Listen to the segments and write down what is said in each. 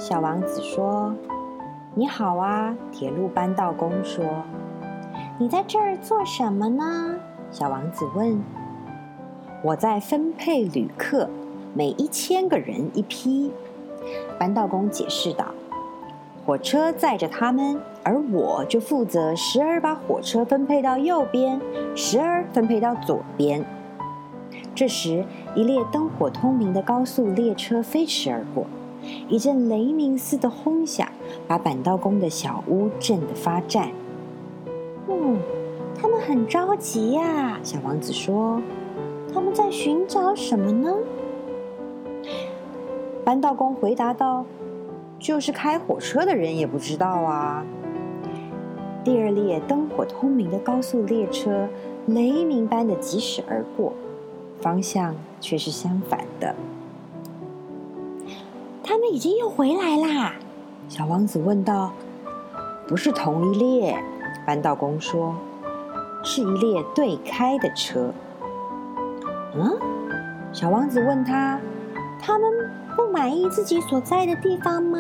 小王子说：“你好啊。”铁路搬道工说：“你在这儿做什么呢？”小王子问。“我在分配旅客，每1000个人一批。”搬道工解释道。“火车载着他们，而我就负责时而把火车分配到右边，时而分配到左边。”这时，一列灯火通明的高速列车飞驰而过，一阵雷鸣似的轰响，把板道工的小屋震得发颤。他们很着急呀，小王子说。他们在寻找什么呢？搬道工回答道：“就是开火车的人也不知道啊。”第二列灯火通明的高速列车雷鸣般的疾驶而过，方向却是相反的。“他们已经又回来啦！”小王子问道。“不是同一列。”搬道工说，“是一列对开的车。”小王子问他：“他们不满意自己所在的地方吗？”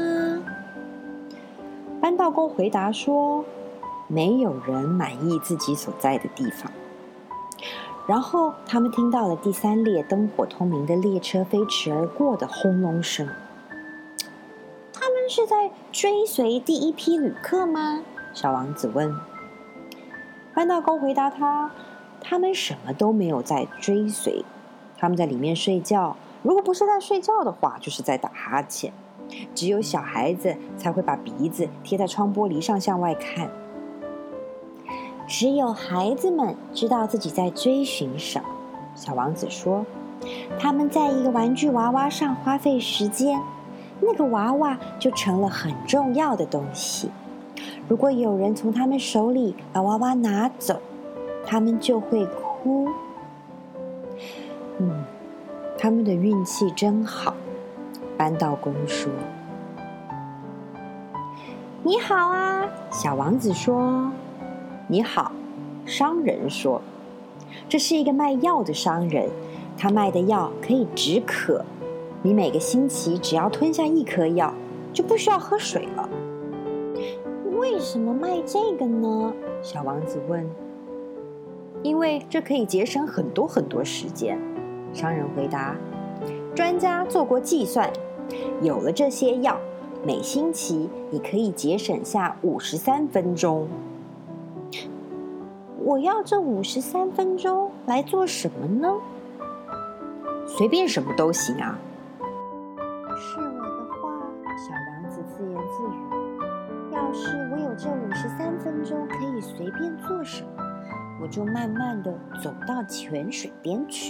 搬道工回答说：“没有人满意自己所在的地方。”然后他们听到了第3列灯火通明的列车飞驰而过的轰隆声。“他们是在追随第1批旅客吗？”小王子问。搬道工回答他：“他们什么都没有在追随，他们在里面睡觉，如果不是在睡觉的话，就是在打哈欠。只有小孩子才会把鼻子贴在窗玻璃上向外看。只有孩子们知道自己在追寻什么。”小王子说。“他们在一个玩具娃娃上花费时间，那个娃娃就成了很重要的东西。如果有人从他们手里把娃娃拿走，他们就会哭。他们的运气真好。”搬道工说。“你好啊。”小王子说。“你好。”商人说。这是一个卖药的商人，他卖的药可以止渴，你每个星期只要吞下1颗药，就不需要喝水了。“为什么卖这个呢？”小王子问。“因为这可以节省很多很多时间。”商人回答。“专家做过计算，有了这些药，每星期你可以节省下53分钟。”“我要这53分钟来做什么呢？”“随便什么都行啊。”“是我的话，”小王子自言自语，“要是我有这53分钟可以随便做什么，我就慢慢地走到泉水边去。”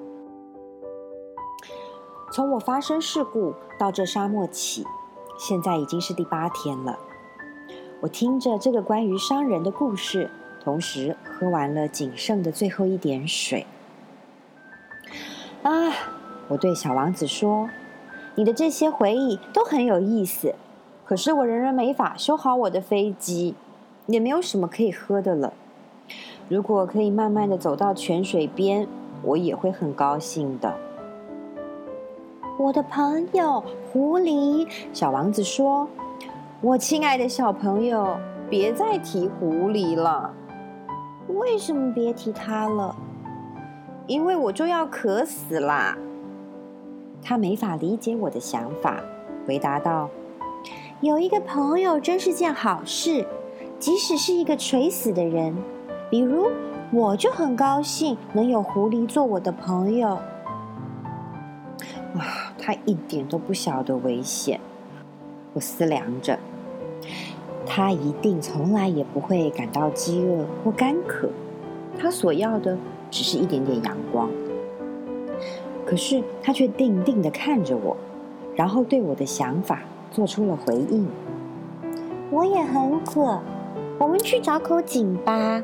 从我发生事故到这沙漠起，现在已经是第8天了。我听着这个关于商人的故事，同时喝完了仅剩的最后一点水。“我对小王子说，你的这些回忆都很有意思，可是我仍然没法修好我的飞机，也没有什么可以喝的了。如果可以慢慢地走到泉水边，我也会很高兴的。”“我的朋友狐狸。”小王子说。“我亲爱的小朋友，别再提狐狸了。”“为什么别提它了？”“因为我就要渴死啦。”他没法理解我的想法，回答道：“有一个朋友真是件好事，即使是一个垂死的人，比如我就很高兴能有狐狸做我的朋友。”他一点都不晓得危险。我思量着，他一定从来也不会感到饥饿或干渴，他所要的只是一点点阳光。可是他却定定地看着我，然后对我的想法做出了回应。“我也很渴，我们去找口井吧。”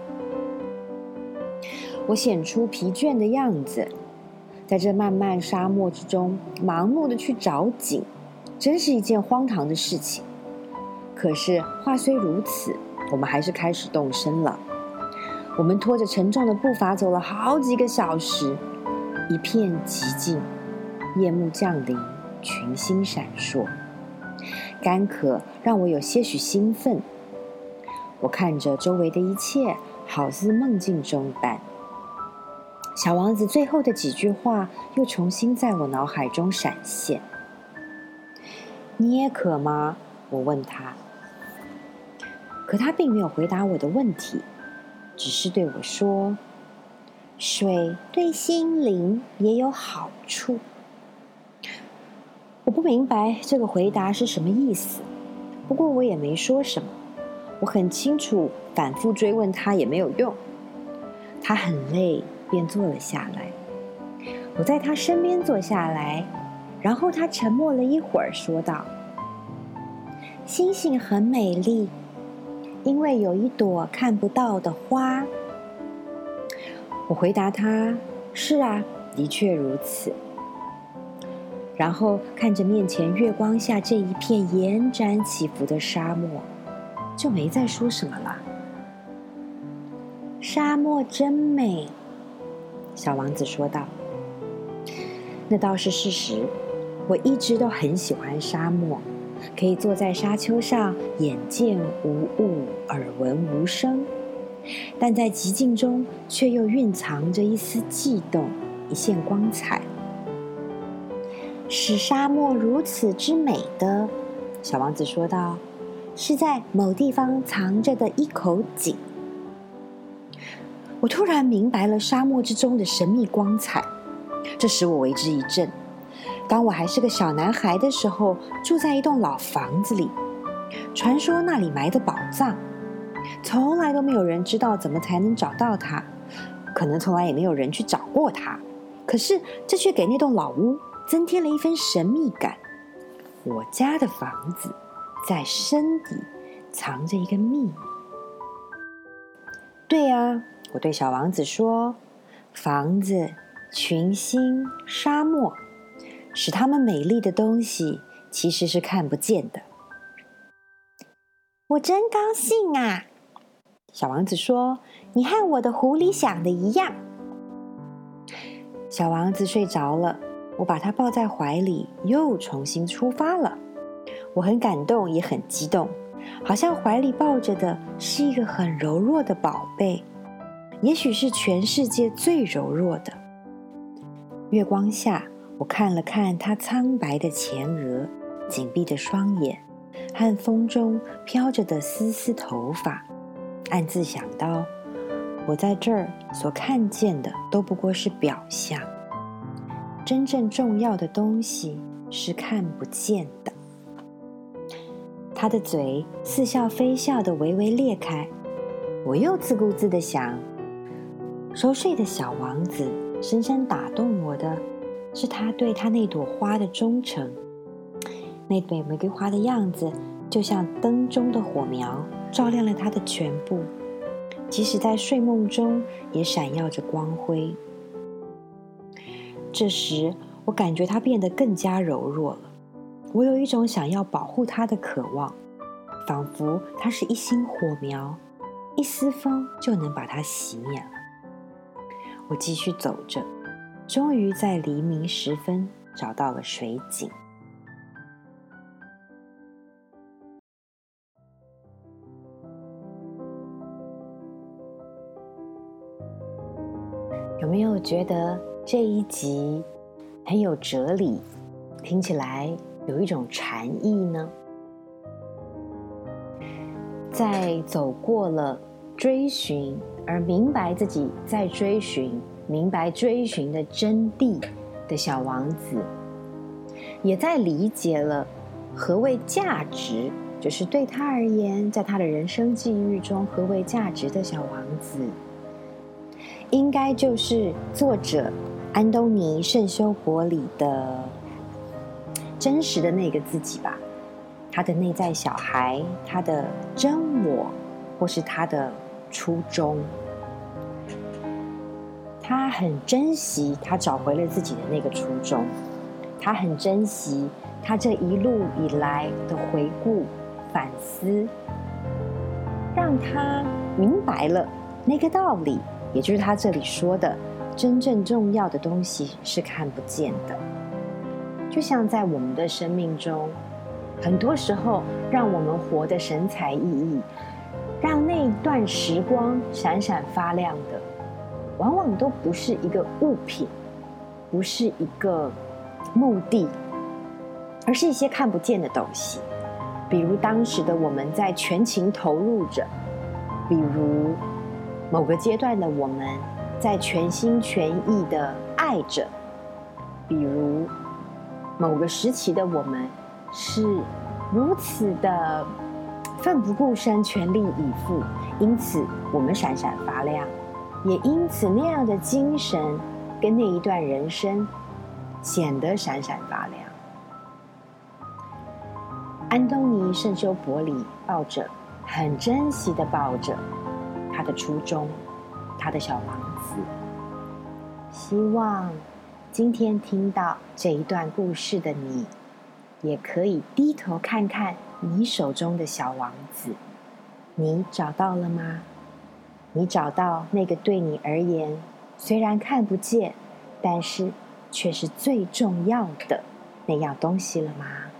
我显出疲倦的样子，在这漫漫沙漠之中盲目地去找井，真是一件荒唐的事情。可是话虽如此，我们还是开始动身了。我们拖着沉重的步伐走了好几个小时，一片寂静，夜幕降临，群星闪烁。 干渴让我有些许兴奋。我看着周围的一切，好似梦境中一般。小王子最后的几句话又重新在我脑海中闪现。你也渴吗？我问他。可他并没有回答我的问题，只是对我说：水对心灵也有好处。我不明白这个回答是什么意思，不过我也没说什么。我很清楚，反复追问他也没有用。他很累，便坐了下来。我在他身边坐下来，然后他沉默了一会儿，说道：星星很美丽，因为有一朵看不到的花。我回答他：是啊，的确如此。然后看着面前月光下这一片延展起伏的沙漠，就没再说什么了。沙漠真美，小王子说道。那倒是事实，我一直都很喜欢沙漠，可以坐在沙丘上，眼见无物，耳闻无声，但在寂静中却又蕴藏着一丝悸动，一线光彩。使沙漠如此之美的，小王子说道，是在某地方藏着的一口井。我突然明白了沙漠之中的神秘光彩，这使我为之一振。当我还是个小男孩的时候，住在一栋老房子里，传说那里埋着宝藏，从来都没有人知道怎么才能找到它，可能从来也没有人去找过它，可是这却给那栋老屋增添了一分神秘感。我家的房子在深底藏着一个秘密。对啊，我对小王子说，房子、群星、沙漠，使它们美丽的东西其实是看不见的。我真高兴啊，小王子说，你和我的狐狸想的一样。小王子睡着了，我把他抱在怀里，又重新出发了。我很感动，也很激动，好像怀里抱着的是一个很柔弱的宝贝，也许是全世界最柔弱的。月光下，我看了看他苍白的前额、紧闭的双眼和风中飘着的丝丝头发，暗自想到，我在这儿所看见的都不过是表象，真正重要的东西是看不见的。他的嘴似笑非笑地微微裂开，我又自顾自地想，熟睡的小王子深深打动我的是他对他那朵花的忠诚。那朵玫瑰花的样子就像灯中的火苗，照亮了他的全部，即使在睡梦中也闪耀着光辉。这时我感觉他变得更加柔弱了，我有一种想要保护他的渴望，仿佛他是一星火苗，一丝风就能把它熄灭了。我继续走着，终于在黎明时分找到了水井。有没有觉得这一集很有哲理，听起来有一种禅意呢？在走过了追寻，而明白自己在追寻，明白追寻的真谛的小王子，也在理解了何谓价值，就是对他而言，在他的人生际遇中，何谓价值的小王子，应该就是作者安东尼·圣修伯里的真实的那个自己吧，他的内在小孩，他的真我，或是他的初衷。他很珍惜他找回了自己的那个初衷，他很珍惜他这一路以来的回顾反思，让他明白了那个道理，也就是他这里说的，真正重要的东西是看不见的。就像在我们的生命中， 很多时候让我们活得神采奕奕，让那一段时光闪闪发亮的，往往都不是一个物品，不是一个目的，而是一些看不见的东西。比如当时的我们在全情投入着，比如某个阶段的我们在全心全意的爱着，比如某个时期的我们是如此的奋不顾身、全力以赴，因此我们闪闪发亮，也因此那样的精神跟那一段人生显得闪闪发亮。安东尼·圣修伯里很珍惜地抱着他的初衷，他的小王子。希望今天听到这一段故事的你，也可以低头看看你手中的小王子，你找到了吗？你找到那个对你而言虽然看不见，但是却是最重要的那样东西了吗？